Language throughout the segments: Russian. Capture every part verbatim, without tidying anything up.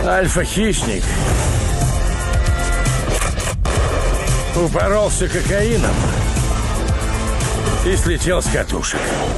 Альфа-хищник упоролся кокаином и слетел с катушек.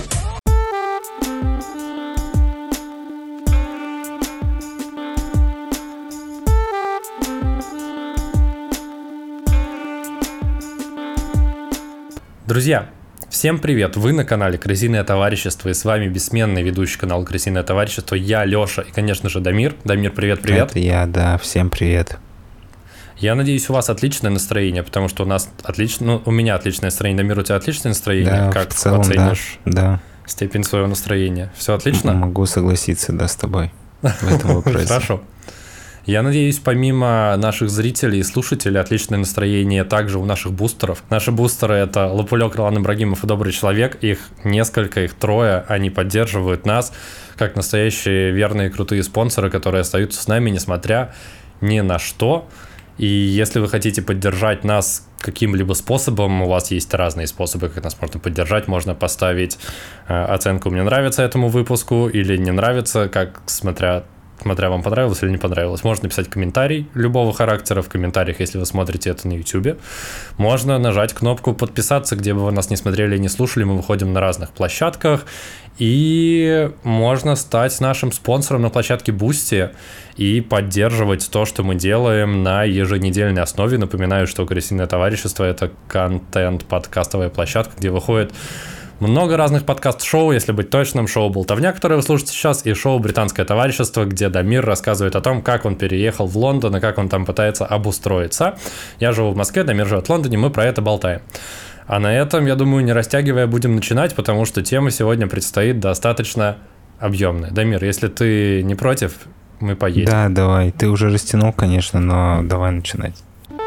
Друзья, всем привет! Вы на канале Крысиное товарищество, и с вами бессменный ведущий канала Крысиное товарищество. Я Леша и, конечно же, Дамир. Дамир, привет-привет. Это я, да, всем привет. Я надеюсь, у вас отличное настроение, потому что у нас отлично, ну, у меня отличное настроение. Дамир, у тебя отличное настроение? Да, как в целом, оценишь да, да. степень своего настроения? Все отлично? Могу согласиться, да, с тобой в этом вопросе. Хорошо. Я надеюсь, помимо наших зрителей и слушателей, отличное настроение также у наших бустеров. Наши бустеры — это Лопулек, Ролан Ибрагимов и Добрый Человек. Их несколько, их трое. Они поддерживают нас, как настоящие верные крутые спонсоры, которые остаются с нами, несмотря ни на что. И если вы хотите поддержать нас каким-либо способом, у вас есть разные способы, как нас можно поддержать. Можно поставить э, оценку «Мне нравится этому выпуску» или «Не нравится», как смотря... Смотря вам понравилось или не понравилось. Можно написать комментарий любого характера в комментариях, если вы смотрите это на YouTube. Можно нажать кнопку «Подписаться», где бы вы нас не смотрели и не слушали. Мы выходим на разных площадках. И можно стать нашим спонсором на площадке Boosty и поддерживать то, что мы делаем на еженедельной основе. Напоминаю, что Крысиное товарищество — это контент-подкастовая площадка, где выходит много разных подкаст-шоу, если быть точным. Шоу «Болтовня», которое вы слушаете сейчас, и шоу «Британское товарищество», где Дамир рассказывает о том, как он переехал в Лондон и как он там пытается обустроиться. Я живу в Москве, Дамир живет в Лондоне, мы про это болтаем. А на этом, я думаю, не растягивая, будем начинать, потому что тема сегодня предстоит достаточно объемная. Дамир, если ты не против, мы поедем. Да, давай. Ты уже растянул, конечно, но давай начинать.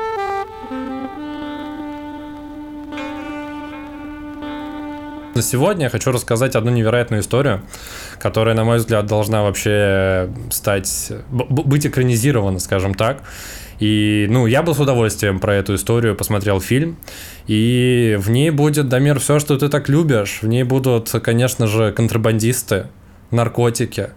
Сегодня я хочу рассказать одну невероятную историю, которая, на мой взгляд, должна вообще стать, б- быть экранизирована, скажем так. И, ну, я бы с удовольствием про эту историю посмотрел фильм, и в ней будет, Дамир, все, что ты так любишь. В ней будут, конечно же, контрабандисты, наркотики,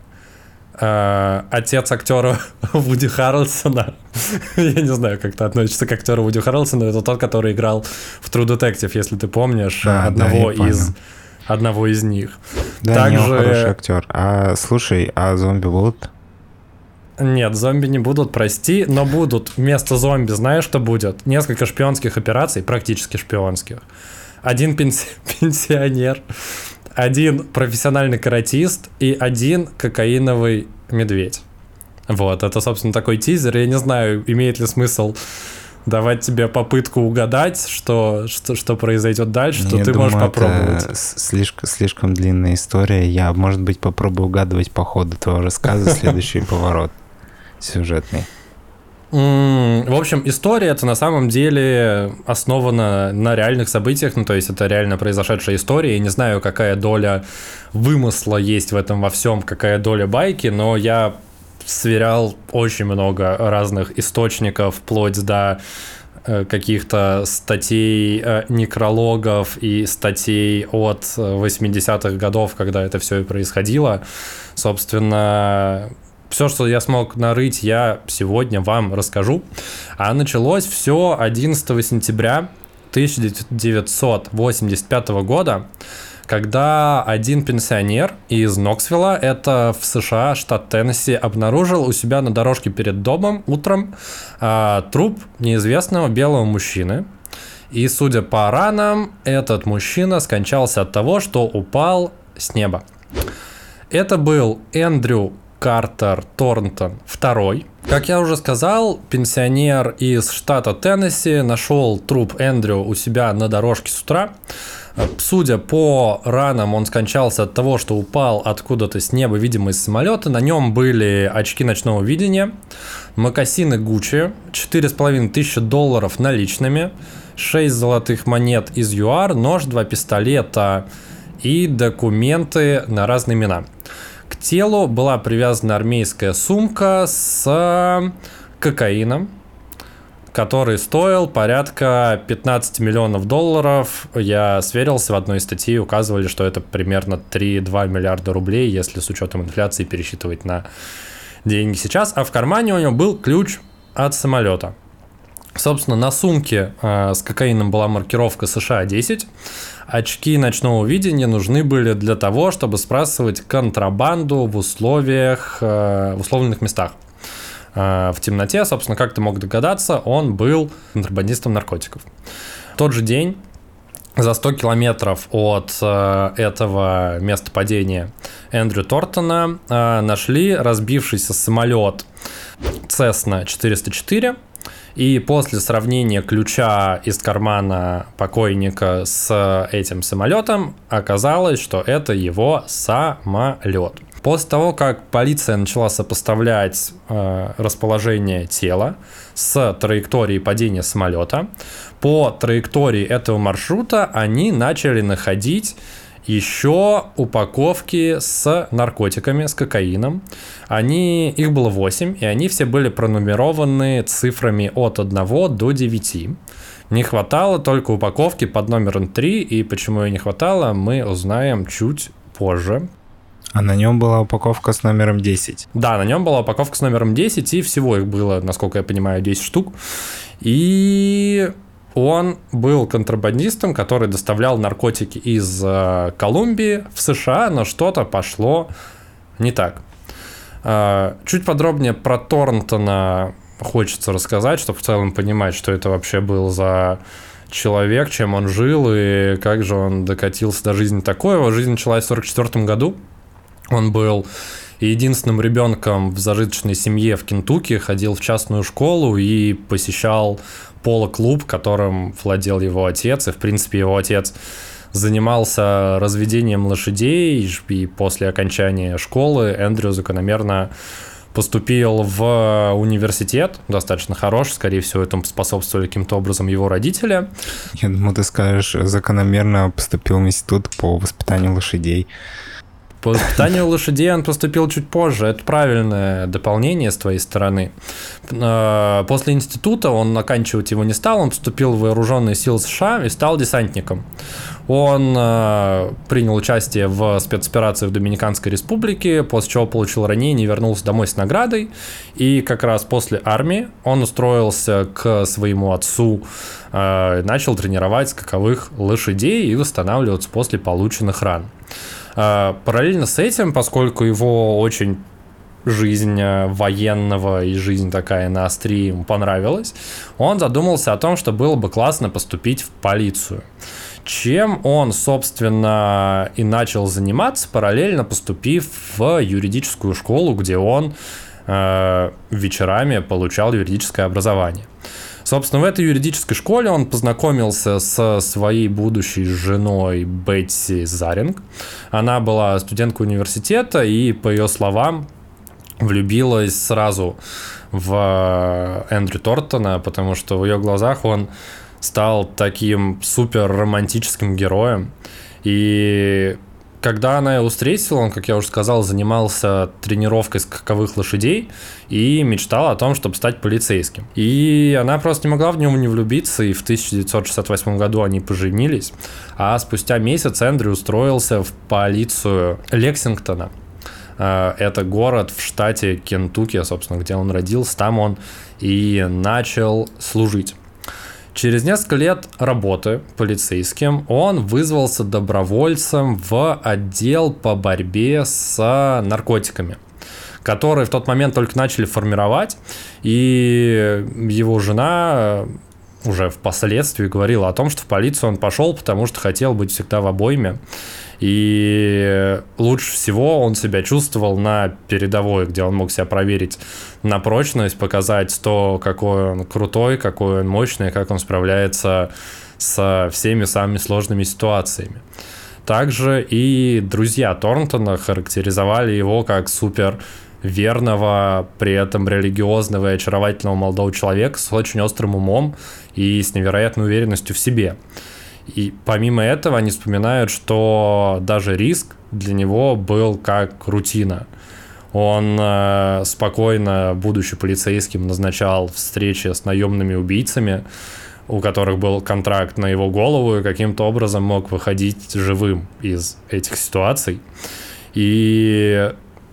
э, отец актера Вуди Харрельсона. Я не знаю, как ты относишься к актеру Вуди Харрельсону. Это тот, который играл в True Detective, если ты помнишь, да, одного да, из одного из них. Да, Также... не хороший актер. А слушай, а зомби будут? Нет, зомби не будут, прости, но будут вместо зомби, знаешь, что будет? Несколько шпионских операций, практически шпионских. Один пенси... пенсионер, один профессиональный каратист и один кокаиновый медведь. Вот, это, собственно, такой тизер. Я не знаю, имеет ли смысл давать тебе попытку угадать, что, что, что произойдет дальше, что Я ты думаю, можешь попробовать. Это слишком, слишком длинная история. Я, может быть, попробую угадывать по ходу твоего рассказа следующий поворот сюжетный. В общем, история это на самом деле основана на реальных событиях, ну то есть это реально произошедшая история. Я не знаю, какая доля вымысла есть в этом во всем, какая доля байки, но я сверял очень много разных источников, вплоть до каких-то статей, некрологов и статей от восьмидесятых годов, когда это все и происходило. Собственно, все, что я смог нарыть, я сегодня вам расскажу. А началось все одиннадцатого сентября тысяча девятьсот восемьдесят пятого года, когда один пенсионер из Ноксвилла, это в США, штат Теннесси, обнаружил у себя на дорожке перед домом утром э, труп неизвестного белого мужчины. И, судя по ранам, этот мужчина скончался от того, что упал с неба. Это был Эндрю Картер Торнтон второй. Как я уже сказал, пенсионер из штата Теннесси нашел труп Эндрю у себя на дорожке с утра. Судя по ранам, он скончался от того, что упал откуда-то с неба, видимо, из самолета. На нем были очки ночного видения, мокасины Гуччи, четыре с половиной тысячи долларов наличными, шесть золотых монет из ЮАР, нож, два пистолета и документы на разные имена. К телу была привязана армейская сумка с кокаином, который стоил порядка пятнадцать миллионов долларов. Я сверился, в одной статье указывали, что это примерно три целых две десятых миллиарда рублей, если с учетом инфляции пересчитывать на деньги сейчас, а в кармане у него был ключ от самолета. Собственно, на сумке э, с кокаином была маркировка США десять. Очки ночного видения нужны были для того, чтобы сбрасывать контрабанду в условиях, э, в условленных местах. Э, в темноте, собственно, как ты мог догадаться, он был контрабандистом наркотиков. В тот же день, за сто километров от э, этого места падения Эндрю Тортона, э, нашли разбившийся самолет Cessna четыреста четыре. И после сравнения ключа из кармана покойника с этим самолетом оказалось, что это его самолет. После того, как полиция начала сопоставлять э, расположение тела с траекторией падения самолета, по траектории этого маршрута они начали находить еще упаковки с наркотиками, с кокаином. Они, их было восемь, и они все были пронумерованы цифрами от одного до девяти. Не хватало только упаковки под номером три, и почему ее не хватало, мы узнаем чуть позже. А на нем была упаковка с номером десять. Да, на нем была упаковка с номером десять, и всего их было, насколько я понимаю, десять штук. И он был контрабандистом, который доставлял наркотики из э, Колумбии в США, но что-то пошло не так. Э, чуть подробнее про Торнтона хочется рассказать, чтобы в целом понимать, что это вообще был за человек, чем он жил и как же он докатился до жизни такой. Его жизнь началась в сорок четвёртом году. Он был единственным ребенком в зажиточной семье в Кентукки, ходил в частную школу и посещал поло-клуб, которым владел его отец. И, в принципе, его отец занимался разведением лошадей, и после окончания школы Эндрю закономерно поступил в университет, достаточно хороший, скорее всего, этому способствовали каким-то образом его родители. Я думаю, ты скажешь, закономерно поступил в институт по воспитанию лошадей. По воспитанию лошадей он поступил чуть позже. Это правильное дополнение с твоей стороны. После института он оканчивать его не стал. Он поступил в вооруженные силы США и стал десантником. Он принял участие в спецоперации в Доминиканской республике, после чего получил ранение и вернулся домой с наградой. И как раз после армии он устроился к своему отцу, начал тренировать скаковых лошадей и восстанавливаться после полученных ран. Параллельно с этим, поскольку его очень жизнь военного и жизнь такая на острие ему понравилась, он задумался о том, что было бы классно поступить в полицию. Чем он, собственно, и начал заниматься, параллельно поступив в юридическую школу, где он э, вечерами получал юридическое образование. Собственно, в этой юридической школе он познакомился со своей будущей женой Бетси Заринг. Она была студенткой университета и, по ее словам, влюбилась сразу в Эндрю Тортона, потому что в ее глазах он стал таким супер романтическим героем. И когда она его встретила, он, как я уже сказал, занимался тренировкой скаковых лошадей и мечтал о том, чтобы стать полицейским. И она просто не могла в него не влюбиться, и в тысяча девятьсот шестьдесят восьмом году они поженились. А спустя месяц Эндрю устроился в полицию Лексингтона. Это город в штате Кентукки, собственно, где он родился. Там он и начал служить. Через несколько лет работы полицейским он вызвался добровольцем в отдел по борьбе с наркотиками, которые в тот момент только начали формировать, и его жена уже впоследствии говорила о том, что в полицию он пошел, потому что хотел быть всегда в обойме. И лучше всего он себя чувствовал на передовой, где он мог себя проверить на прочность, показать то, какой он крутой, какой он мощный, как он справляется со всеми самыми сложными ситуациями. Также и друзья Торнтона характеризовали его как супер верного, при этом религиозного и очаровательного молодого человека с очень острым умом и с невероятной уверенностью в себе. И помимо этого они вспоминают, что даже риск для него был как рутина. Он э, спокойно, будучи полицейским, назначал встречи с наемными убийцами, у которых был контракт на его голову, и каким-то образом мог выходить живым из этих ситуаций. И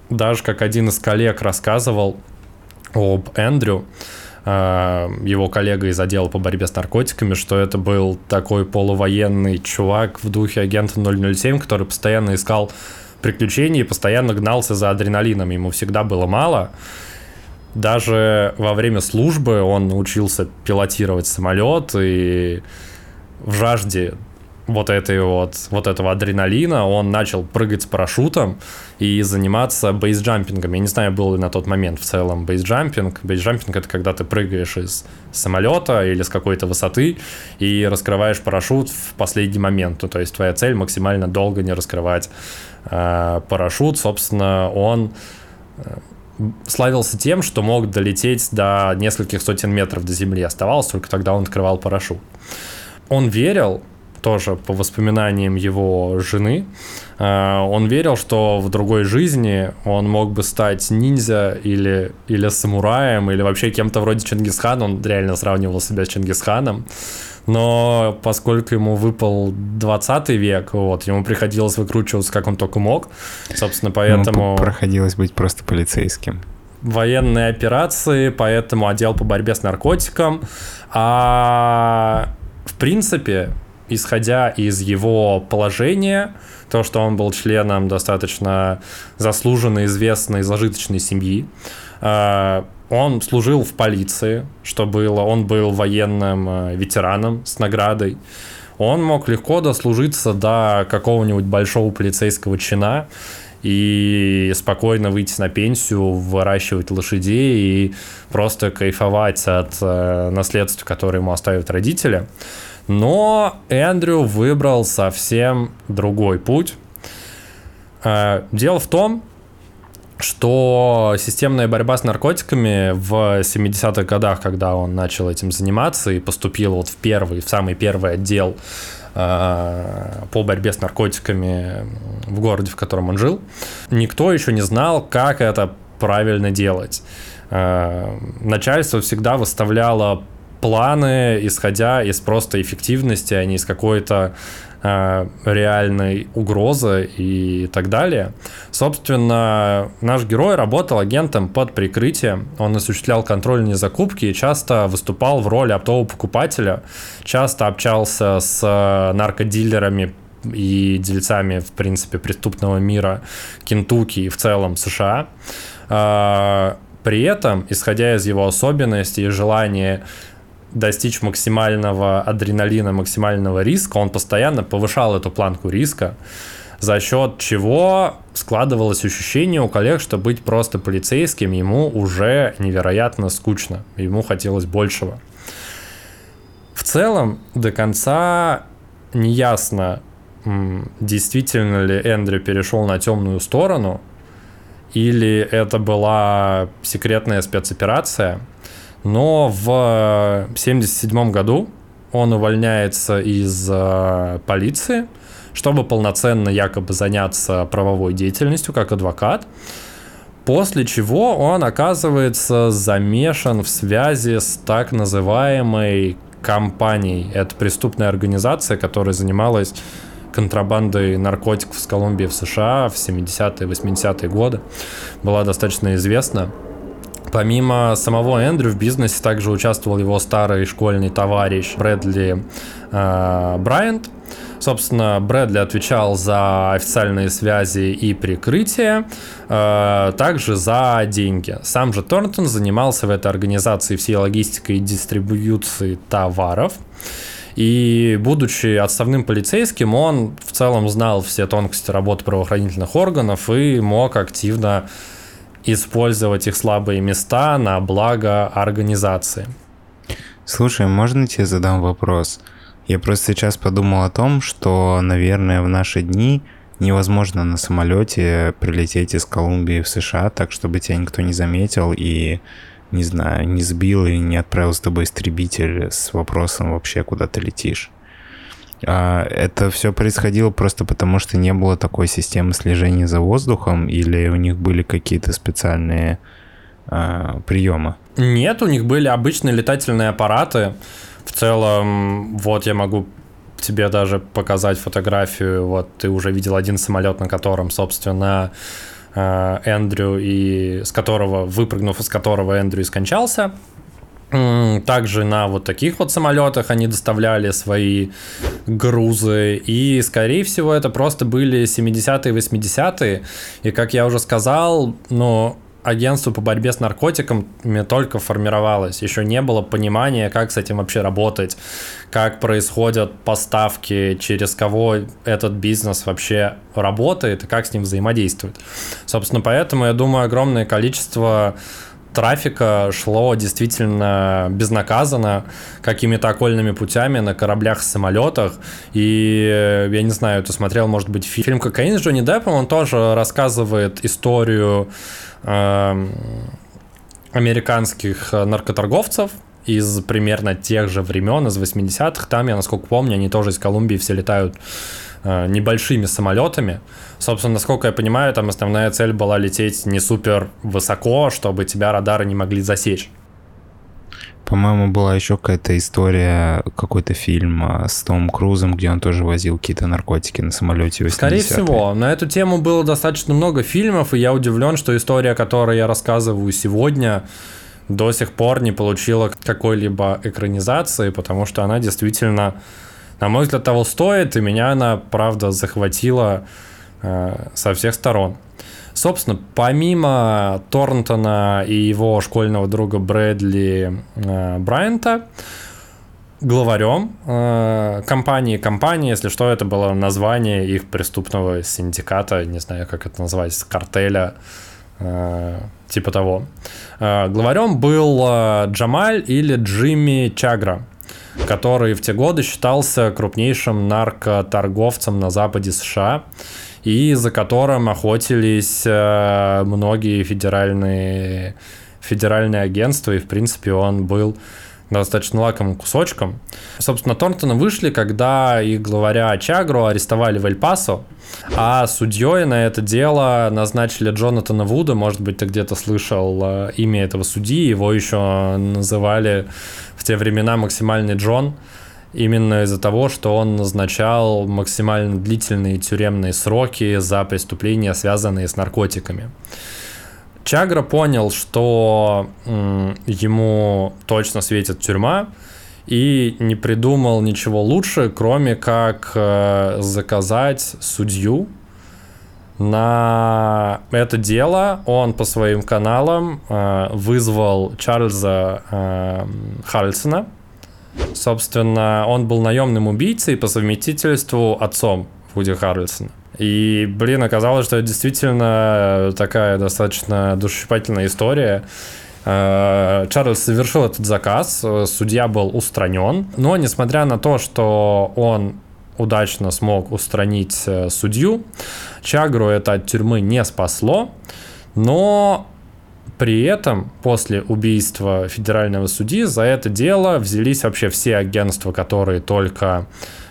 даже как один из коллег рассказывал об Эндрю, его коллега из отдела по борьбе с наркотиками, что это был такой полувоенный чувак в духе агента ноль ноль семь, который постоянно искал приключений и постоянно гнался за адреналином. Ему всегда было мало. Даже во время службы он научился пилотировать самолет, и в жажде вот, этой вот, вот этого адреналина он начал прыгать с парашютом и заниматься бейсджампингом. Я не знаю, был ли на тот момент в целом бейсджампинг. Бейсджампинг — это когда ты прыгаешь из самолета или с какой-то высоты и раскрываешь парашют в последний момент. Ну, то есть твоя цель — максимально долго не раскрывать э, парашют. Собственно, он славился тем, что мог долететь до нескольких сотен метров до земли. Оставалось только тогда он открывал парашют. Он верил, тоже по воспоминаниям его жены, он верил, что в другой жизни он мог бы стать ниндзя или, или самураем, или вообще кем-то вроде Чингисхана. Он реально сравнивал себя с Чингисханом. Но поскольку ему выпал двадцатый век, вот, ему приходилось выкручиваться как он только мог. Собственно, поэтому... Ему приходилось быть просто полицейским. Военные операции, поэтому отдел по борьбе с наркотиком. А в принципе, исходя из его положения, то, что он был членом достаточно заслуженной, известной, зажиточной семьи, он служил в полиции, что было, он был военным ветераном с наградой. Он мог легко дослужиться до какого-нибудь большого полицейского чина и спокойно выйти на пенсию, выращивать лошадей и просто кайфовать от наследства, которое ему оставят родители. Но Эндрю выбрал совсем другой путь. Дело в том, что системная борьба с наркотиками в семидесятых годах, когда он начал этим заниматься и поступил вот в первый, в самый первый отдел по борьбе с наркотиками в городе, в котором он жил, никто еще не знал, как это правильно делать. Начальство всегда выставляло планы, исходя из просто эффективности, а не из какой-то э, реальной угрозы и так далее. Собственно, наш герой работал агентом под прикрытием. Он осуществлял контрольные закупки и часто выступал в роли оптового покупателя, часто общался с наркодилерами и дельцами, в принципе, преступного мира Кентукки и в целом США. Э, при этом, исходя из его особенностей и желания достичь максимального адреналина, максимального риска, он постоянно повышал эту планку риска, за счет чего складывалось ощущение у коллег, что быть просто полицейским ему уже невероятно скучно, ему хотелось большего. В целом, до конца не ясно, действительно ли Эндрю перешел на темную сторону, или это была секретная спецоперация. Но в семьдесят седьмом году он увольняется из э, полиции, чтобы полноценно якобы заняться правовой деятельностью как адвокат, после чего он оказывается замешан в связи с так называемой компанией. Это преступная организация, которая занималась контрабандой наркотиков с Колумбии в США в семидесятые, восьмидесятые годы, была достаточно известна. Помимо самого Эндрю в бизнесе также участвовал его старый школьный товарищ Брэдли э, Брайант. Собственно, Брэдли отвечал за официальные связи и прикрытие, э, также за деньги. Сам же Торнтон занимался в этой организации всей логистикой и дистрибьюцией товаров. И, будучи отставным полицейским, он в целом знал все тонкости работы правоохранительных органов и мог активно использовать их слабые места на благо организации. Слушай, можно тебе задам вопрос? Я просто сейчас подумал о том, что, наверное, в наши дни невозможно на самолете прилететь из Колумбии в США так, чтобы тебя никто не заметил и, не знаю, не сбил и не отправил с тобой истребитель с вопросом вообще, куда ты летишь. Это все происходило просто потому, что не было такой системы слежения за воздухом, или у них были какие-то специальные а, приемы? Нет, у них были обычные летательные аппараты. В целом, вот я могу тебе даже показать фотографию. Вот ты уже видел один самолет, на котором, собственно, Эндрю, и с которого, выпрыгнув из которого Эндрю и скончался. Также на вот таких вот самолетах они доставляли свои грузы. И, скорее всего, это просто были семидесятые, восьмидесятые. И, как я уже сказал, ну, агентство по борьбе с наркотиками только формировалось. Еще не было понимания, как с этим вообще работать, как происходят поставки, через кого этот бизнес вообще работает и как с ним взаимодействует. Собственно, поэтому, я думаю, огромное количество трафика шло действительно безнаказанно, какими-то окольными путями на кораблях, самолетах. И я не знаю, ты смотрел, может быть, фильм «Кокаин» с Джонни Деппом, он тоже рассказывает историю э, американских наркоторговцев из примерно тех же времен, из восьмидесятых. Там, я насколько помню, они тоже из Колумбии все летают э, небольшими самолетами. Собственно, насколько я понимаю, там основная цель была лететь не супер высоко, чтобы тебя радары не могли засечь. По-моему, была еще какая-то история, какой-то фильм с Томом Крузом, где он тоже возил какие-то наркотики на самолете восьмидесятые. Скорее всего. На эту тему было достаточно много фильмов, и я удивлен, что история, которую я рассказываю сегодня, до сих пор не получила какой-либо экранизации, потому что она действительно, на мой взгляд, того стоит, и меня она, правда, захватила э, со всех сторон. Собственно, помимо Торнтона и его школьного друга Брэдли э, Брайанта, главарем э, компании, компании, если что, это было название их преступного синдиката, не знаю, как это назвать, картеля, э, типа того. Э, главарем был э, Джамаль или Джимми Чагра, который в те годы считался крупнейшим наркоторговцем на западе США, и за которым охотились э, многие федеральные, федеральные агентства, и, в принципе, он был достаточно лакомым кусочком. Собственно, Торнтоны вышли, когда их главаря Чагру арестовали в Эль-Пасо, а судьей на это дело назначили Джонатана Вуда. Может быть, ты где-то слышал э, имя этого судьи, его еще называли в те времена «Максимальный Джон», именно из-за того, что он назначал максимально длительные тюремные сроки за преступления, связанные с наркотиками. Чагра понял, что м, ему точно светит тюрьма, и не придумал ничего лучше, кроме как э, заказать судью на это дело. Он по своим каналам э, вызвал Чарльза э, Харрельсона. Собственно, он был наемным убийцей, по совместительству отцом Вуди Харрельсона. И, блин, оказалось, что это действительно такая достаточно душещипательная история. Чарльз совершил этот заказ, судья был устранен. Но, несмотря на то, что он удачно смог устранить судью, Чагру это от тюрьмы не спасло. Но при этом, после убийства федерального судьи, за это дело взялись вообще все агентства, которые только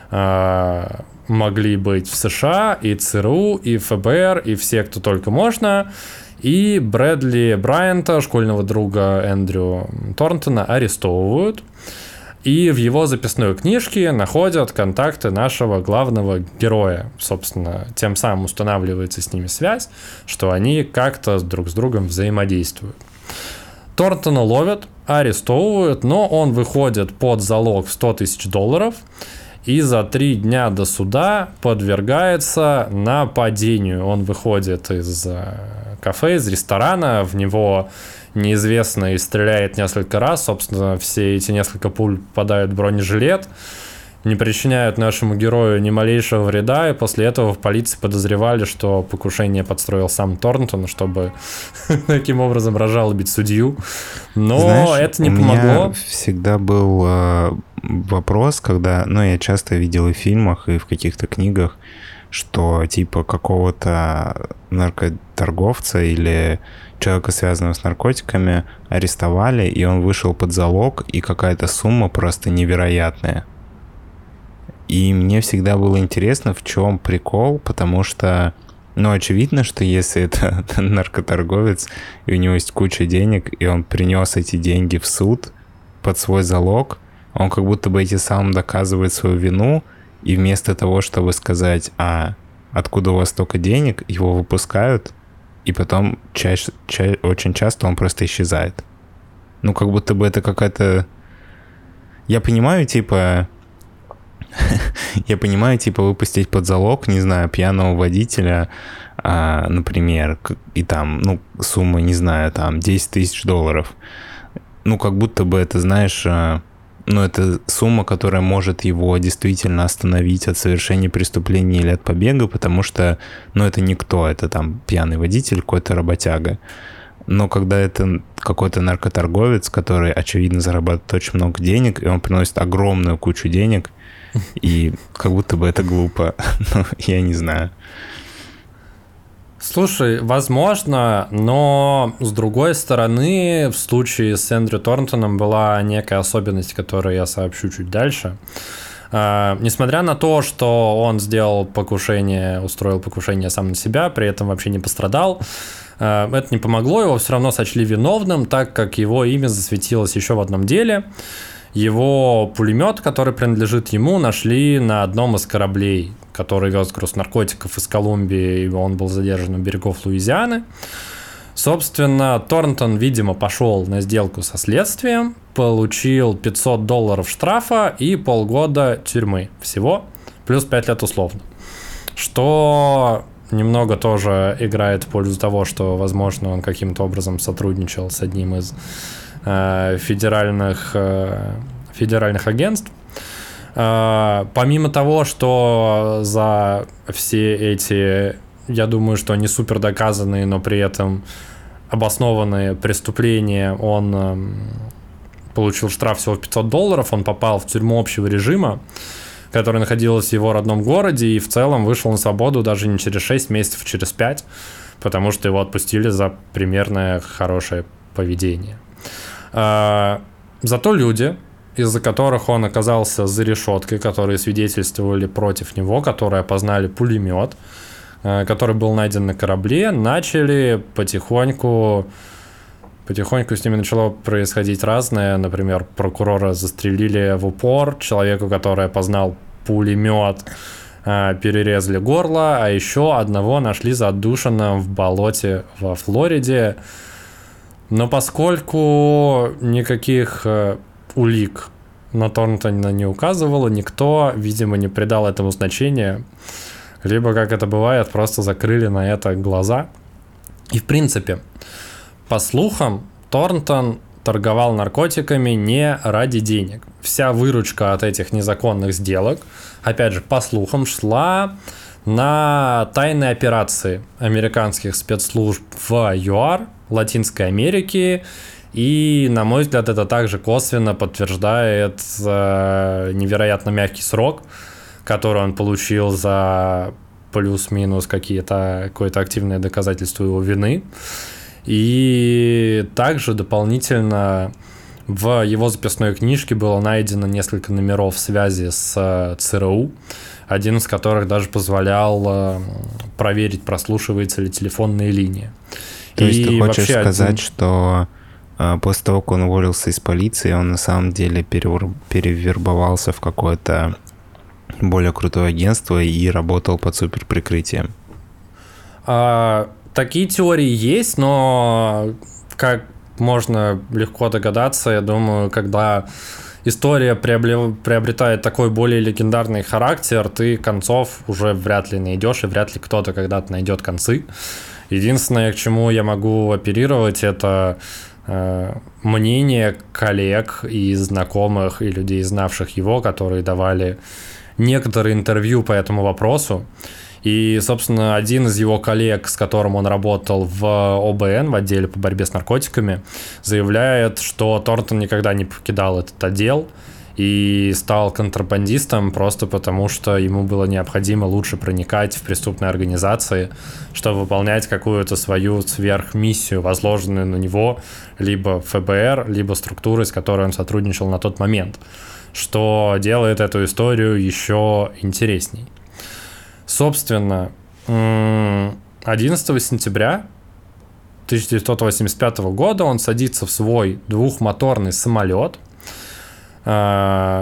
э, могли быть в США, и ЦРУ, и ФБР, и все, кто только можно. И Брэдли Брайанта, школьного друга Эндрю Торнтона, арестовывают. И в его записной книжке находят контакты нашего главного героя. Собственно, тем самым устанавливается с ними связь, что они как-то друг с другом взаимодействуют. Торнтона ловят, арестовывают, но он выходит под залог в сто тысяч долларов и за три дня до суда подвергается нападению. Он выходит из кафе, из ресторана, в него неизвестный стреляет несколько раз. Собственно, все эти несколько пуль попадают в бронежилет, не причиняют нашему герою ни малейшего вреда, и после этого в полиции подозревали, что покушение подстроил сам Торнтон, чтобы таким образом разжалобить судью. Но Знаешь, это не у помогло. Меня всегда был э, вопрос, когда, ну, я часто видел и в фильмах, и в каких-то книгах, что типа какого-то наркоторговца или человека, связанного с наркотиками, арестовали, и он вышел под залог, и какая-то сумма просто невероятная. И мне всегда было интересно, в чем прикол, потому что, ну, очевидно, что если это наркоторговец, и у него есть куча денег, и он принес эти деньги в суд под свой залог, он как будто бы этим самым доказывает свою вину, и вместо того, чтобы сказать, а, откуда у вас столько денег, его выпускают, и потом чаще, ча- очень часто он просто исчезает. Ну, как будто бы это какая-то... Я понимаю, типа... Я понимаю, типа, выпустить под залог, не знаю, пьяного водителя, а, например, и там, ну, сумма, не знаю, там, десять тысяч долларов. Ну, как будто бы это, знаешь, а, ну, это сумма, которая может его действительно остановить от совершения преступления или от побега, потому что, ну, это никто, это там пьяный водитель, какой-то работяга. Но когда это какой-то наркоторговец, который, очевидно, зарабатывает очень много денег, и он приносит огромную кучу денег, и как будто бы это глупо. Ну, я не знаю. Слушай, возможно, но с другой стороны, в случае с Эндрю Торнтоном была некая особенность, которую я сообщу чуть дальше. Uh, несмотря на то, что он сделал покушение, устроил покушение сам на себя, при этом вообще не пострадал, uh, это не помогло, его все равно сочли виновным, так как его имя засветилось еще в одном деле. Его пулемет, который принадлежит ему, нашли на одном из кораблей, который вез груз наркотиков из Колумбии, и он был задержан у берегов Луизианы. Собственно, Торнтон, видимо, пошел на сделку со следствием, получил пятьсот долларов штрафа и полгода тюрьмы всего, плюс пять лет условно. Что немного тоже играет в пользу того, что, возможно, он каким-то образом сотрудничал с одним из э, федеральных, э, федеральных агентств. Э, помимо того, что за все эти... Я думаю, что они супер доказанные, но при этом обоснованные преступления. Он э, получил штраф всего в пятьсот долларов, он попал в тюрьму общего режима, которая находилась в его родном городе, и в целом вышел на свободу даже не через шесть месяцев, а через пять, потому что его отпустили за примерное хорошее поведение. Э, зато люди, из-за которых он оказался за решеткой, которые свидетельствовали против него, которые опознали пулемет, который был найден на корабле, начали потихоньку, потихоньку с ними начало происходить разное. Например, прокурора застрелили в упор, человеку, который опознал пулемет, перерезали горло, а еще одного нашли задушенным в болоте во Флориде. Но поскольку никаких улик на Торнтона не указывало, никто, видимо, не придал этому значения. Либо, как это бывает, просто закрыли на это глаза. И, в принципе, по слухам, Торнтон торговал наркотиками не ради денег. Вся выручка от этих незаконных сделок, опять же, по слухам, шла на тайные операции американских спецслужб в ЮАР, Латинской Америке. И, на мой взгляд, это также косвенно подтверждает э, невероятно мягкий срок, который он получил за плюс-минус какие-то, какое-то активное доказательство его вины. И также дополнительно в его записной книжке было найдено несколько номеров связи с ЦРУ, один из которых даже позволял проверить, прослушиваются ли телефонные линии. То есть ты хочешь сказать, один... что после того, как он уволился из полиции, он на самом деле перевербовался в какое-то более крутое агентство и работал под супер прикрытием? А, такие теории есть, но как можно легко догадаться, я думаю, когда история приобретает такой более легендарный характер, ты концов уже вряд ли найдешь, и вряд ли кто-то когда-то найдет концы. Единственное, к чему я могу оперировать, это э, мнение коллег и знакомых, и людей, знавших его, которые давали некоторые интервью по этому вопросу. И, собственно, один из его коллег, с которым он работал в ОБН, в отделе по борьбе с наркотиками, заявляет, что Торнтон никогда не покидал этот отдел и стал контрабандистом просто потому, что ему было необходимо лучше проникать в преступные организации, чтобы выполнять какую-то свою сверхмиссию, возложенную на него либо ФБР, либо структурой, с которой он сотрудничал на тот момент, что делает эту историю еще интересней. Собственно, одиннадцатого сентября тысяча девятьсот восемьдесят пятого года он садится в свой двухмоторный самолет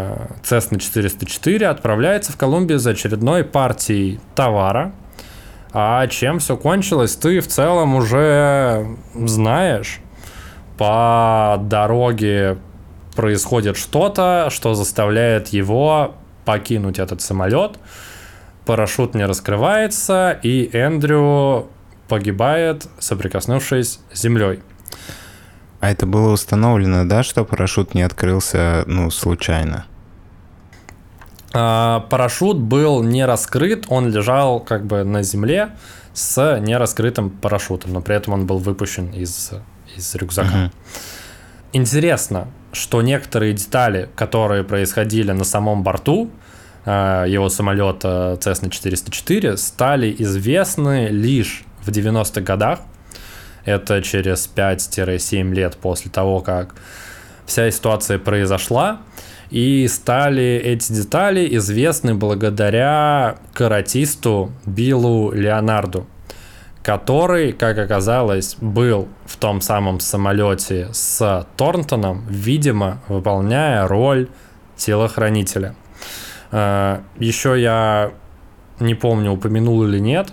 Cessna четыреста четыре, отправляется в Колумбию за очередной партией товара, А чем все кончилось, ты в целом уже знаешь. По дороге происходит что-то, что заставляет его покинуть этот самолет. Парашют не раскрывается, и Эндрю погибает, соприкоснувшись с землей. А это было установлено, да, что парашют не открылся, ну, случайно? А, парашют был не раскрыт, он лежал как бы на земле с нераскрытым парашютом, но при этом он был выпущен из, из рюкзака. Uh-huh. Интересно, что некоторые детали, которые происходили на самом борту э, его самолета Cessna четыреста четыре, стали известны лишь в девяностых годах. Это через пять-семь лет после того, как вся ситуация произошла. И стали эти детали известны благодаря каратисту Биллу Леонарду, который, как оказалось, был в том самом самолете с Торнтоном, видимо, выполняя роль телохранителя. Еще я не помню, упомянул или нет,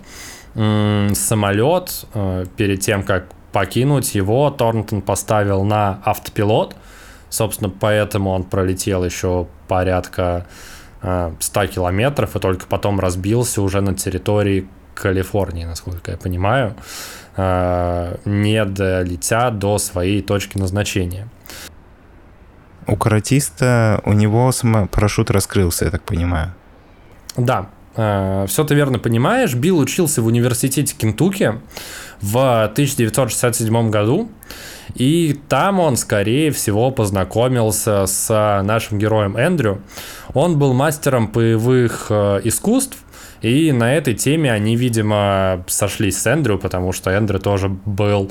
самолет, перед тем, как покинуть его, Торнтон поставил на автопилот. Собственно, поэтому он пролетел еще порядка ста километров и только потом разбился уже на территории Калифорнии, насколько я понимаю, не долетя до своей точки назначения. У каратиста, у него сам парашют раскрылся, я так понимаю. Да, все ты верно понимаешь. Билл учился в университете Кентукки в тысяча девятьсот шестьдесят седьмом году, и там он, скорее всего, познакомился с нашим героем Эндрю. Он был мастером боевых искусств, и на этой теме они, видимо, сошлись с Эндрю, потому что Эндрю тоже был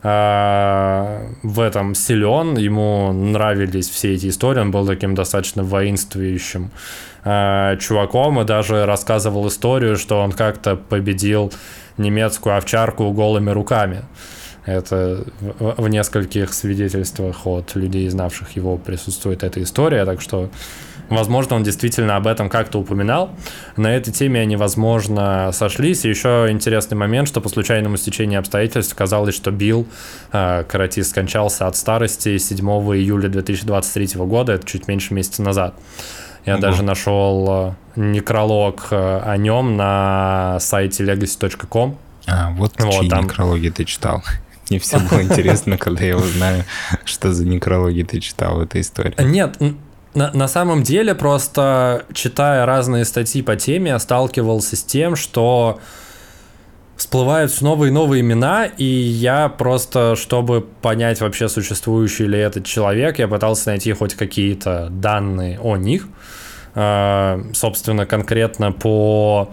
э, в этом силен, ему нравились все эти истории, он был таким достаточно воинствующим э, чуваком, и даже рассказывал историю, что он как-то победил немецкую овчарку голыми руками. Это в, в нескольких свидетельствах от людей, знавших его, присутствует эта история, так что, возможно, он действительно об этом как-то упоминал. На этой теме они, возможно, сошлись. И еще интересный момент, что по случайному стечению обстоятельств оказалось, что Билл, э, каратист, скончался от старости седьмого июля две тысячи двадцать третьего года, это чуть меньше месяца назад. Я угу. даже нашел некролог о нем на сайте legacy точка com. А, вот, вот чьи там... некрологи ты читал. Мне все было интересно, когда я узнаю, что за некрологи ты читал в этой истории. Нет, на, на самом деле, просто читая разные статьи по теме, я сталкивался с тем, что всплывают все новые и новые имена, и я просто, чтобы понять вообще, существующий ли этот человек, я пытался найти хоть какие-то данные о них. Собственно, конкретно по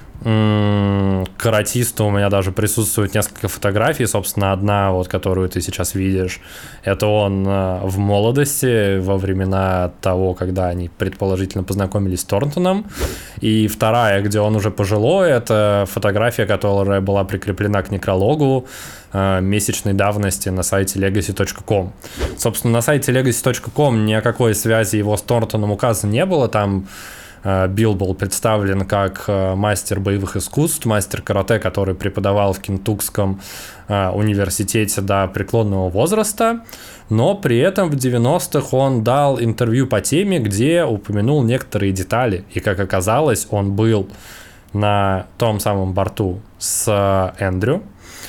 каратисту у меня даже присутствует несколько фотографий. Собственно, одна, вот, которую ты сейчас видишь, это он в молодости, во времена того, когда они предположительно познакомились с Торнтоном. И вторая, где он уже пожилой, это фотография, которая была прикреплена к некрологу месячной давности на сайте legacy точка com. Собственно, на сайте legacy точка com ни о какой связи его с Торнтоном указано не было. Там Билл был представлен как мастер боевых искусств, мастер карате, который преподавал в Кентукском университете до преклонного возраста, но при этом в девяностых он дал интервью по теме, где упомянул некоторые детали, и, как оказалось, он был на том самом борту с Эндрю,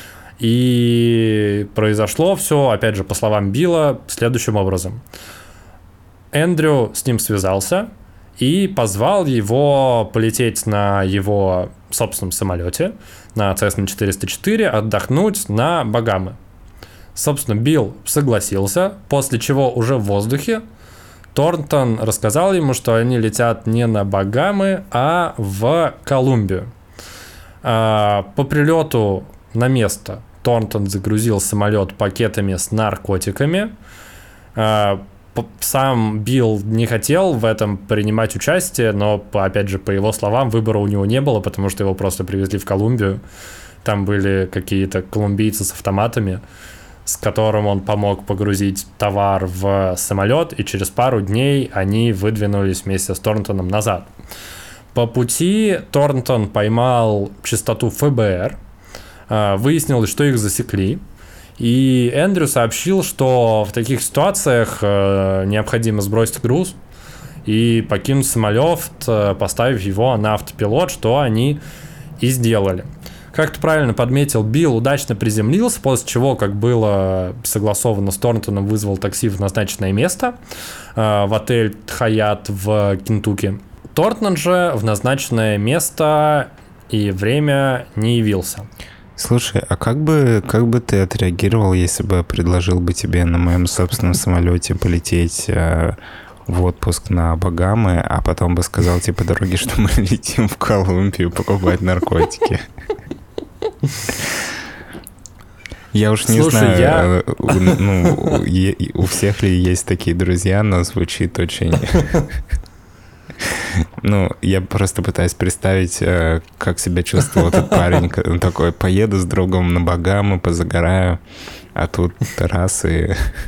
и произошло все, опять же, по словам Билла, следующим образом. Эндрю с ним связался и позвал его полететь на его собственном самолете, на Cessna четыреста четыре, отдохнуть на Багамы. Собственно, Билл согласился, после чего уже в воздухе Торнтон рассказал ему, что они летят не на Багамы, а в Колумбию. По прилету на место Торнтон загрузил самолет пакетами с наркотиками. Сам Билл не хотел в этом принимать участие, но, опять же, по его словам, выбора у него не было, потому что его просто привезли в Колумбию. Там были какие-то колумбийцы с автоматами, с которым он помог погрузить товар в самолет, и через пару дней они выдвинулись вместе с Торнтоном назад. По пути Торнтон поймал частоту эф бэ эр, выяснилось, что их засекли, и Эндрю сообщил, что в таких ситуациях необходимо сбросить груз и покинуть самолет, поставив его на автопилот, что они и сделали. Как ты правильно подметил, Билл удачно приземлился, после чего, как было согласовано с Торнтоном, вызвал такси в назначенное место в отель Хаят в Кентукки. Торнтон же в назначенное место и время не явился. Слушай, а как бы, как бы ты отреагировал, если бы я предложил бы тебе на моем собственном самолете полететь э, в отпуск на Багамы, а потом бы сказал тебе по дороге, что мы летим в Колумбию покупать наркотики? Я уж не Слушай, знаю, я... ну, у всех ли есть такие друзья, но звучит очень... Ну, я просто пытаюсь представить, как себя чувствовал этот парень. Он такой: поеду с другом на Багамы, позагораю, а тут раз и...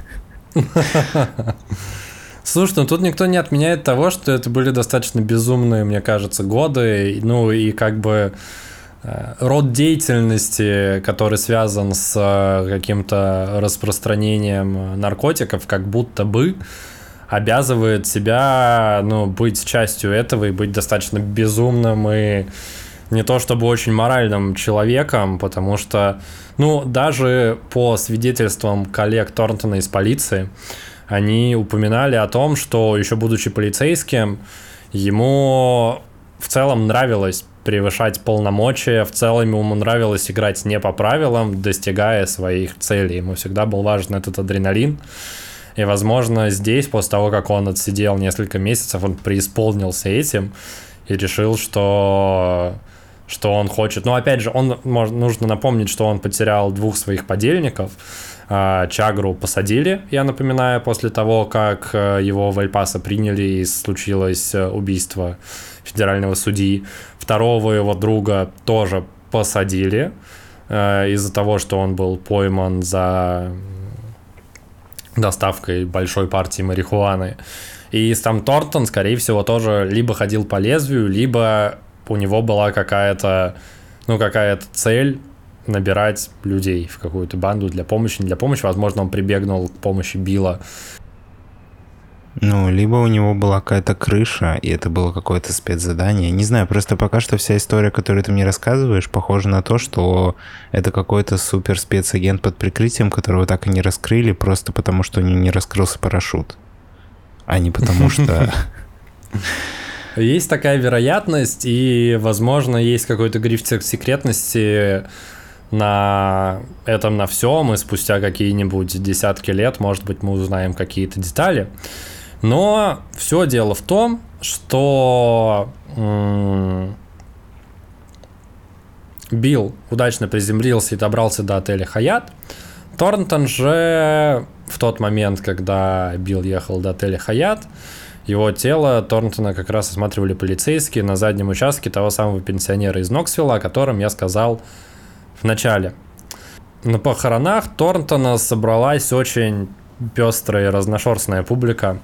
Слушай, ну тут никто не отменяет того, что это были достаточно безумные, мне кажется, годы. Ну и как бы род деятельности, который связан с каким-то распространением наркотиков, как будто бы обязывает себя, ну, быть частью этого и быть достаточно безумным и не то чтобы очень моральным человеком, потому что, ну, даже по свидетельствам коллег Торнтона из полиции, они упоминали о том, что еще будучи полицейским, ему в целом нравилось превышать полномочия, в целом ему нравилось играть не по правилам, достигая своих целей. Ему всегда был важен этот адреналин. И, возможно, здесь, после того, как он отсидел несколько месяцев, он преисполнился этим и решил, что, что он хочет... Ну, опять же, он, нужно напомнить, что он потерял двух своих подельников. Чагру посадили, я напоминаю, после того, как его в Эль-Пасо приняли и случилось убийство федерального судьи. Второго его друга тоже посадили из-за того, что он был пойман за... доставкой большой партии марихуаны. И сам Торнтон, скорее всего, тоже либо ходил по лезвию, либо у него была какая-то, ну, какая-то цель набирать людей в какую-то банду для помощи, не для помощи. Возможно, он прибегнул к помощи Билла. Ну, либо у него была какая-то крыша, и это было какое-то спецзадание. Не знаю, просто пока что вся история, которую ты мне рассказываешь, похожа на то, что это какой-то супер спецагент под прикрытием, которого так и не раскрыли, просто потому что у него не раскрылся парашют. А не потому что... Есть такая вероятность, и, возможно, есть какой-то гриф секретности на этом, на всем, и спустя какие-нибудь десятки лет, может быть, мы узнаем какие-то детали. Но все дело в том, что м- Билл удачно приземлился и добрался до отеля Хаят. Торнтон же в тот момент, когда Билл ехал до отеля Хаят, его тело Торнтона как раз осматривали полицейские на заднем участке того самого пенсионера из Ноксвилла, о котором я сказал в начале. На похоронах Торнтона собралась очень пестрая и разношерстная публика.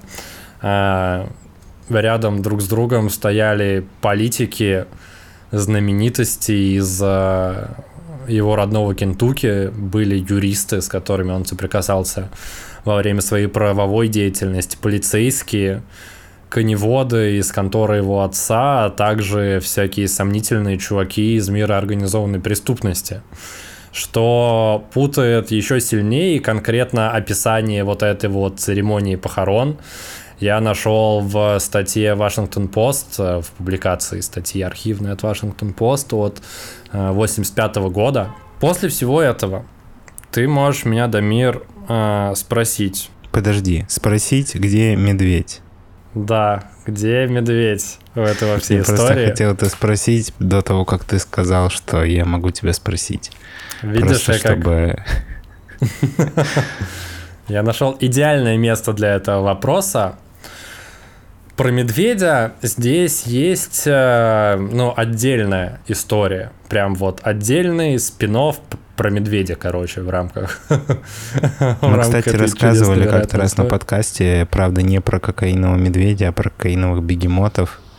Рядом друг с другом стояли политики, знаменитости из его родного Кентукки, были юристы, с которыми он соприкасался во время своей правовой деятельности, полицейские, коневоды из конторы его отца, а также всякие сомнительные чуваки из мира организованной преступности, что путает еще сильнее. И конкретно описание вот этой вот церемонии похорон я нашел в статье Washington Post, в публикации статьи архивной от Washington Post от восемьдесят пятого года. После всего этого ты можешь меня, Дамир, спросить. Подожди, спросить, где медведь? Да, где медведь в этой во всей я истории? Я просто хотел это спросить до того, как ты сказал, что я могу тебя спросить. Видишь, просто я чтобы... как... Я нашел идеальное место для этого вопроса. Про медведя здесь есть, ну, отдельная история. Прям вот отдельный спин-офф про медведя, короче, в рамках. Мы, кстати, рассказывали как-то раз на подкасте, правда, не про кокаинового медведя, а про кокаиновых бегемотов.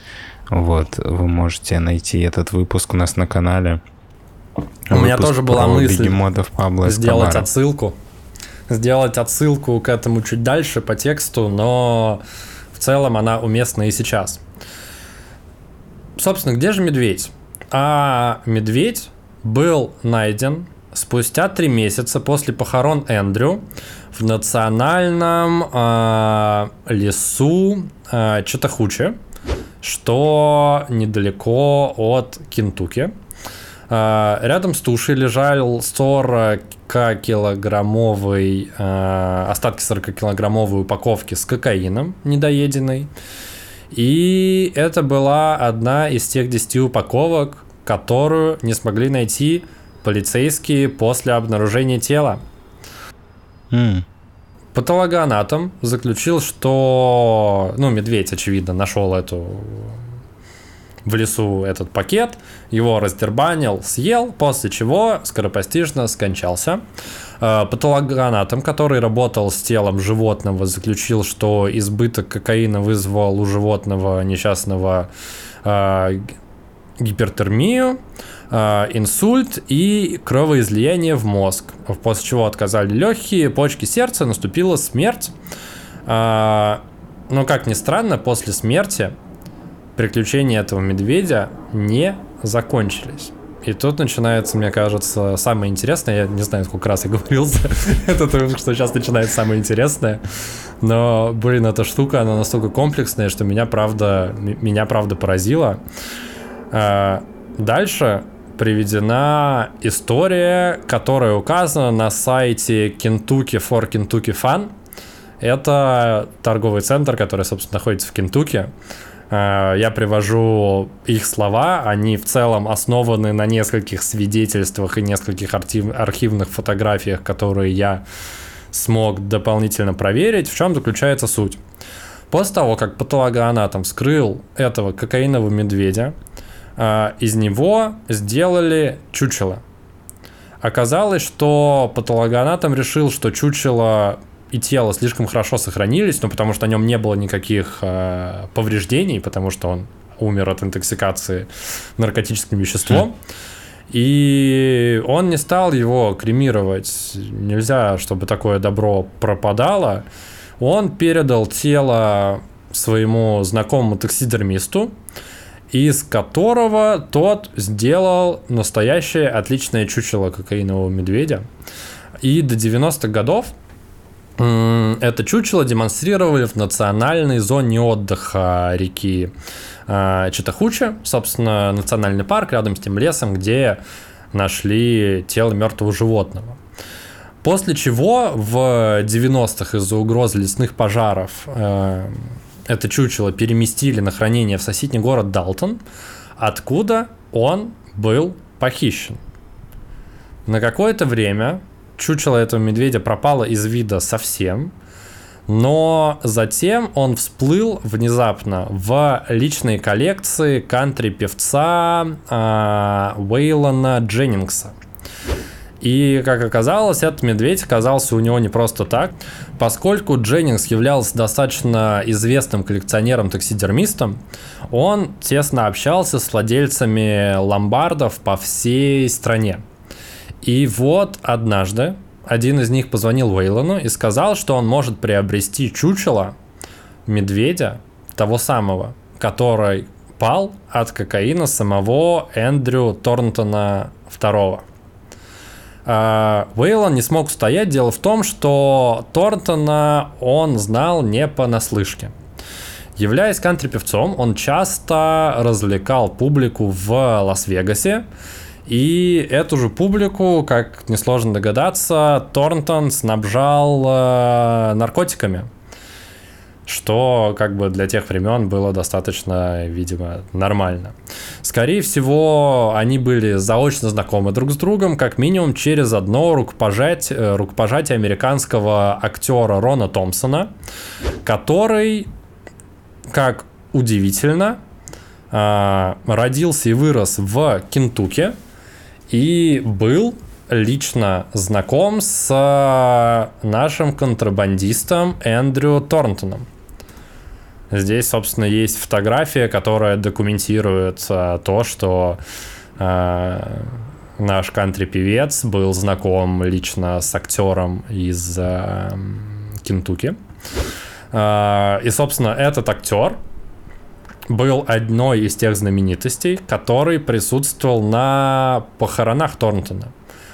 Вот, вы можете найти этот выпуск у нас на канале. У меня тоже была мысль сделать отсылку. Сделать отсылку к этому чуть дальше по тексту, но в целом она уместна и сейчас. Собственно, где же медведь? А медведь был найден спустя три месяца после похорон Эндрю в национальном э, лесу э, Чаттахучи, что недалеко от Кентукки. Э, рядом с тушей лежал сорокакилограммовый, э, остатки сорокакилограммовой упаковки с кокаином недоеденной. И это была одна из тех десяти упаковок, которую не смогли найти полицейские после обнаружения тела. Mm. Патологоанатом заключил, что, ну, медведь, очевидно, нашел эту в лесу этот пакет, его раздербанил, съел, после чего скоропостижно скончался. Патологоанатом, который работал с телом животного, заключил, что избыток кокаина вызвал у животного несчастного э, гипертермию, э, инсульт и кровоизлияние в мозг, после чего отказали легкие, почки, сердце, наступила смерть. Э, но, как ни странно, после смерти приключения этого медведя не закончились. И тут начинается, мне кажется, самое интересное. Я не знаю, сколько раз я говорил за этот выпуск, что сейчас начинается самое интересное. Но, блин, эта штука, она настолько комплексная, что меня, правда, меня, правда поразила. Дальше приведена история, которая указана на сайте Kentucky for Kentucky Fun. Это торговый центр, который, собственно, находится в Кентукки. Я привожу их слова, они в целом основаны на нескольких свидетельствах и нескольких архив, архивных фотографиях, которые я смог дополнительно проверить. В чем заключается суть? После того, как патологоанатом вскрыл этого кокаинового медведя, из него сделали чучело. Оказалось, что патологоанатом решил, что чучело и тело слишком хорошо сохранились, ну, потому что на нем не было никаких э, повреждений, потому что он умер от интоксикации наркотическим веществом. Хм. И он не стал его кремировать. Нельзя, чтобы такое добро пропадало. Он передал тело своему знакомому таксидермисту, из которого тот сделал настоящее отличное чучело кокаинового медведя. И до девяностых годов это чучело демонстрировали в национальной зоне отдыха реки э, Чаттахучи, собственно, национальный парк рядом с тем лесом, где нашли тело мертвого животного. После чего в девяностых из-за угрозы лесных пожаров э, это чучело переместили на хранение в соседний город Далтон, откуда он был похищен. На какое-то время чучело этого медведя пропало из вида совсем, но затем он всплыл внезапно в личной коллекции кантри-певца э, Уэйлона Дженнингса. И, как оказалось, этот медведь оказался у него не просто так, поскольку Дженнингс являлся достаточно известным коллекционером-таксидермистом, он тесно общался с владельцами ломбардов по всей стране. И вот однажды один из них позвонил Уэйлону и сказал, что он может приобрести чучело медведя, того самого, который пал от кокаина самого Эндрю Торнтона второго. Уэйлон не смог устоять. Дело в том, что Торнтона он знал не понаслышке. Являясь кантри-певцом, он часто развлекал публику в Лас-Вегасе. И эту же публику, как несложно догадаться, Торнтон снабжал э, наркотиками, что как бы для тех времен было достаточно, видимо, нормально. Скорее всего, они были заочно знакомы друг с другом, как минимум через одно рукопожатие, рукопожатие американского актера Рона Томпсона, который, как удивительно, э, родился и вырос в Кентукки, и был лично знаком с нашим контрабандистом Эндрю Торнтоном. Здесь, собственно, есть фотография, которая документирует а, то, что а, наш кантри-певец был знаком лично с актером из а, Кентукки. А, и, собственно, этот актер был одной из тех знаменитостей, который присутствовал на похоронах Торнтона.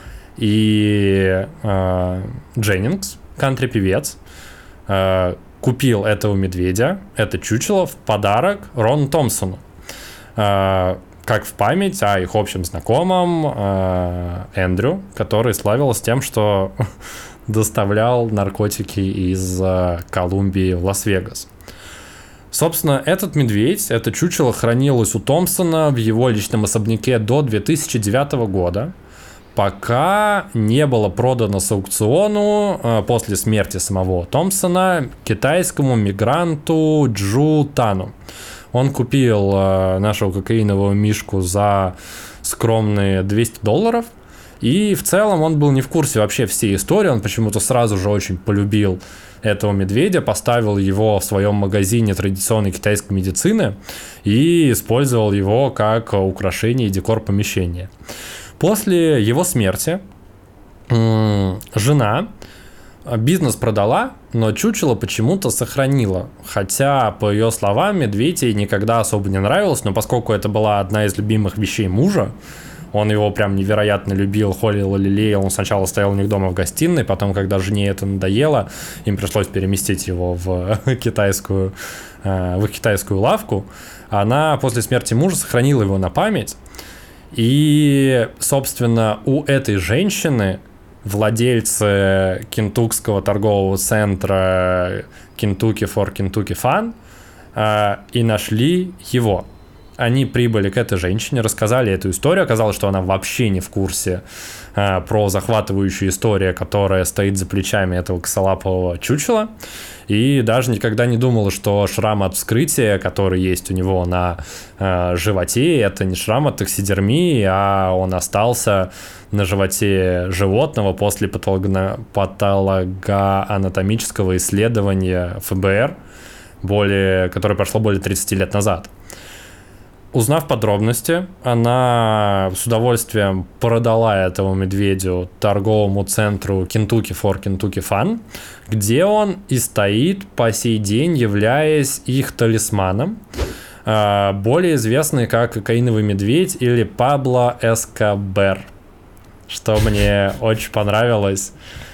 И э, Дженнингс, кантри-певец, э, купил этого медведя, это чучело, в подарок Рону Томпсону. Э, как в память о их общем знакомом э, Эндрю, который славился тем, что доставлял наркотики из э, Колумбии в Лас-Вегас. Собственно, этот медведь, это чучело хранилось у Томпсона в его личном особняке до две тысячи девятого года, пока не было продано с аукциону э, после смерти самого Томпсона китайскому мигранту Джу Тану. Он купил э, нашего кокаинового мишку за скромные двести долларов, и в целом он был не в курсе вообще всей истории, он почему-то сразу же очень полюбил этого медведя, поставил его в своем магазине традиционной китайской медицины и использовал его как украшение и декор помещения. После его смерти жена бизнес продала, но чучело почему-то сохранила. Хотя, по ее словам, медведь ей никогда особо не нравился, но поскольку это была одна из любимых вещей мужа, он его прям невероятно любил, холил и лелеял. Он сначала стоял у них дома в гостиной, потом, когда жене это надоело, им пришлось переместить его в китайскую, в китайскую лавку. Она после смерти мужа сохранила его на память. И, собственно, у этой женщины владельцы кентукского торгового центра Kentucky for Kentucky Fun и нашли его. Они прибыли к этой женщине, рассказали эту историю. Оказалось, что она вообще не в курсе э, про захватывающую историю, которая стоит за плечами этого косолапого чучела. И даже никогда не думала, что шрам от вскрытия, который есть у него на э, животе, это не шрам от таксидермии, а он остался на животе животного после патолого- патологоанатомического исследования эф бэ эр, более, которое прошло более тридцать лет назад. Узнав подробности, она с удовольствием продала этому медведю торговому центру Kentucky for Kentucky Fun, где он и стоит по сей день, являясь их талисманом, более известный как кокаиновый медведь или Пабло Эскобар, что мне очень понравилось.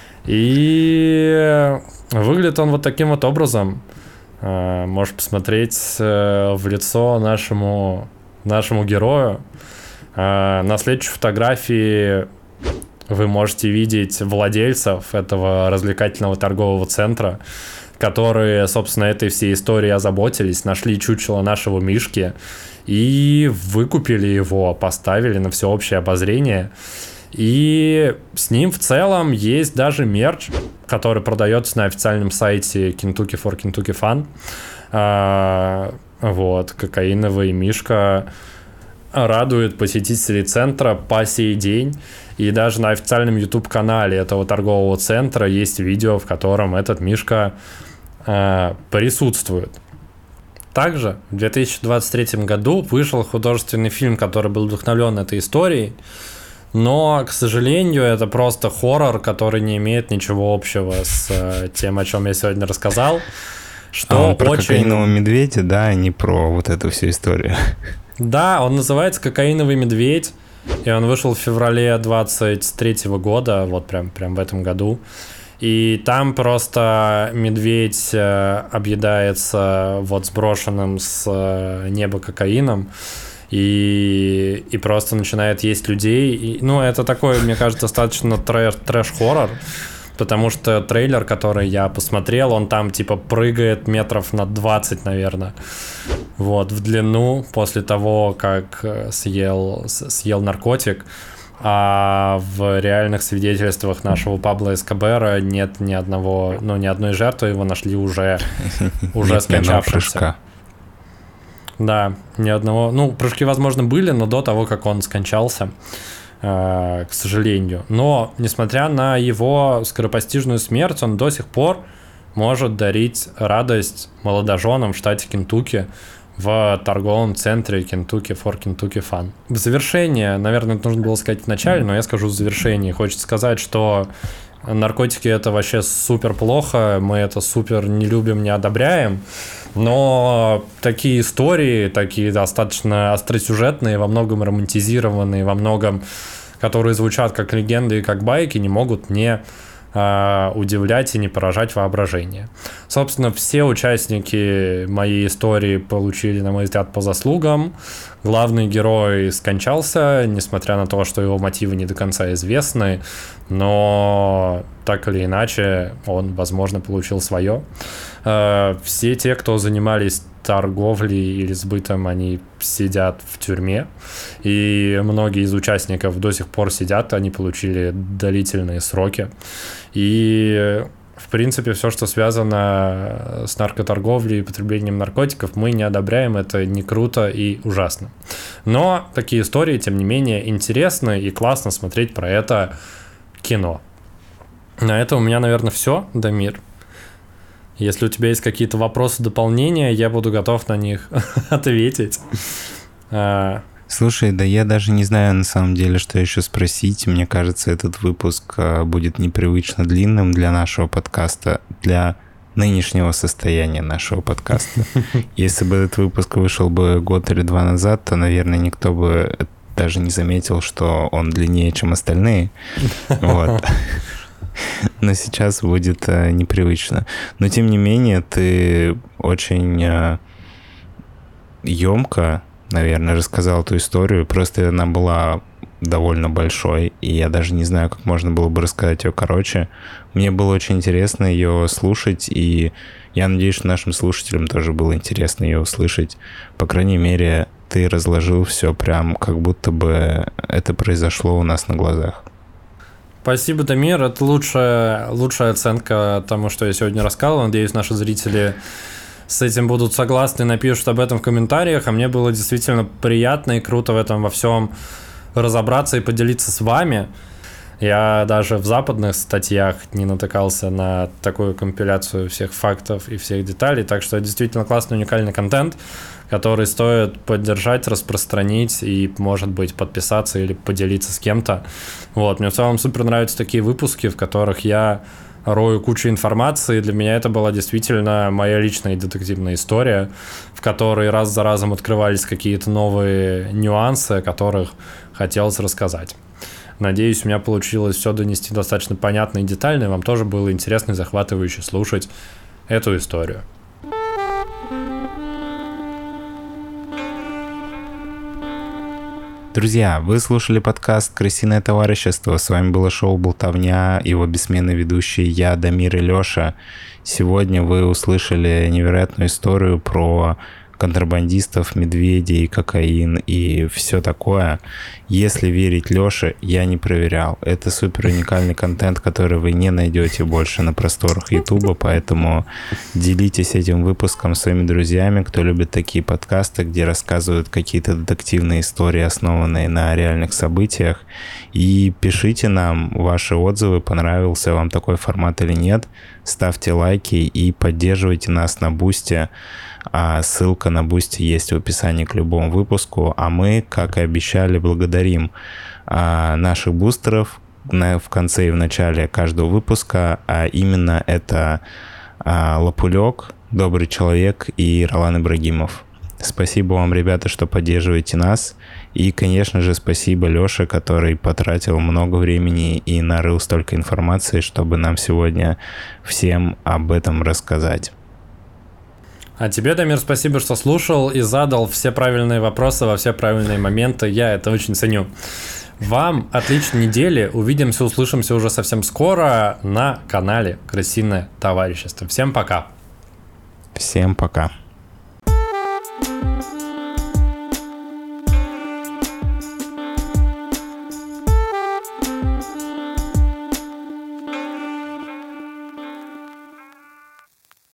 И выглядит он вот таким вот образом. Можешь посмотреть в лицо нашему, нашему герою. На следующей фотографии вы можете видеть владельцев этого развлекательного торгового центра, которые, собственно, этой всей историей озаботились, нашли чучело нашего мишки и выкупили его, поставили на всеобщее обозрение. И с ним в целом есть даже мерч, который продается на официальном сайте Kentucky for Kentucky Fun. А, вот, кокаиновый мишка радует посетителей центра по сей день. И даже на официальном YouTube-канале этого торгового центра есть видео, в котором этот мишка а, присутствует. Также в две тысячи двадцать третьем году вышел художественный фильм, который был вдохновлен этой историей. Но, к сожалению, это просто хоррор, который не имеет ничего общего с э, тем, о чем я сегодня рассказал. Что а он про очень... кокаинового медведя, да, а не про вот эту всю историю. Да, он называется «Кокаиновый медведь», и он вышел в феврале двадцать третьего года, вот прям, прям в этом году. И там просто медведь э, объедается вот сброшенным с э, неба кокаином. И, и просто начинает есть людей. И, ну, это такой, мне кажется, достаточно трэш, трэш-хоррор, потому что трейлер, который я посмотрел, он там типа прыгает метров на двадцать, наверное, вот, в длину после того, как съел, съел наркотик. А в реальных свидетельствах нашего Пабло Эскобара нет ни одного, ну, ни одной жертвы, его нашли уже, уже скончавшимся. Да, ни одного. Ну, прыжки, возможно, были, но до того, как он скончался, э, к сожалению. Но, несмотря на его скоропостижную смерть, он до сих пор может дарить радость молодоженам в штате Кентукки в торговом центре Kentucky for Kentucky Fun. В завершение, наверное, это нужно было сказать в начале, но я скажу в завершении. Хочется сказать, что наркотики — это вообще супер плохо, мы это супер не любим, не одобряем, но такие истории, такие достаточно остросюжетные, во многом романтизированные, во многом, которые звучат как легенды и как байки, не могут не удивлять и не поражать воображение. Собственно, все участники моей истории получили, на мой взгляд, по заслугам. Главный герой скончался, несмотря на то, что его мотивы не до конца известны, но так или иначе он, возможно, получил свое. Все те, кто занимались торговлей или сбытом, они сидят в тюрьме, и многие из участников до сих пор сидят, они получили длительные сроки. И, в принципе, все, что связано с наркоторговлей и потреблением наркотиков, мы не одобряем, это не круто и ужасно. Но такие истории, тем не менее, интересны, и классно смотреть про это кино. На это у меня, наверное, все, Дамир. Если у тебя есть какие-то вопросы, дополнения, я буду готов на них ответить. Слушай, да я даже не знаю на самом деле, что еще спросить. Мне кажется, этот выпуск будет непривычно длинным для нашего подкаста, для нынешнего состояния нашего подкаста. Если бы этот выпуск вышел бы год или два назад, то, наверное, никто бы даже не заметил, что он длиннее, чем остальные. Вот. Но сейчас будет э, непривычно. Но, тем не менее, ты очень э, емко, наверное, рассказал эту историю. Просто она была довольно большой, и я даже не знаю, как можно было бы рассказать ее короче. Мне было очень интересно ее слушать, и я надеюсь, что нашим слушателям тоже было интересно ее услышать. По крайней мере, ты разложил все прям, как будто бы это произошло у нас на глазах. Спасибо, Дамир. Это лучшая, лучшая оценка тому, что я сегодня рассказал. Надеюсь, наши зрители с этим будут согласны и напишут об этом в комментариях. А мне было действительно приятно и круто в этом во всем разобраться и поделиться с вами. Я даже в западных статьях не натыкался на такую компиляцию всех фактов и всех деталей. Так что это действительно классный, уникальный контент, который стоит поддержать, распространить и, может быть, подписаться или поделиться с кем-то. Вот. Мне в целом супер нравятся такие выпуски, в которых я рою кучу информации. Для меня это была действительно моя личная детективная история, в которой раз за разом открывались какие-то новые нюансы, о которых хотелось рассказать. Надеюсь, у меня получилось все донести достаточно понятно и детально, и вам тоже было интересно и захватывающе слушать эту историю. Друзья, вы слушали подкаст «Крысиное товарищество». С вами было шоу «Болтовня», его бессменный ведущий я, Дамир и Лёша. Сегодня вы услышали невероятную историю про контрабандистов, медведей, кокаин и все такое. Если верить Лёше, я не проверял. Это супер уникальный контент, который вы не найдете больше на просторах Ютуба, поэтому делитесь этим выпуском с своими друзьями, кто любит такие подкасты, где рассказывают какие-то детективные истории, основанные на реальных событиях. И пишите нам ваши отзывы, понравился вам такой формат или нет. Ставьте лайки и поддерживайте нас на Бусти. А ссылка на Бусти есть в описании к любому выпуску. А мы, как и обещали, благодарим а, наших бустеров на, в конце и в начале каждого выпуска. А именно это а, Лапулек, Добрый человек и Ролан Ибрагимов. Спасибо вам, ребята, что поддерживаете нас. И, конечно же, спасибо Лёше, который потратил много времени и нарыл столько информации, чтобы нам сегодня всем об этом рассказать. А тебе, Дамир, спасибо, что слушал и задал все правильные вопросы во все правильные моменты. Я это очень ценю. Вам отличной недели. Увидимся, услышимся уже совсем скоро на канале «Крысиное товарищество». Всем пока. Всем пока.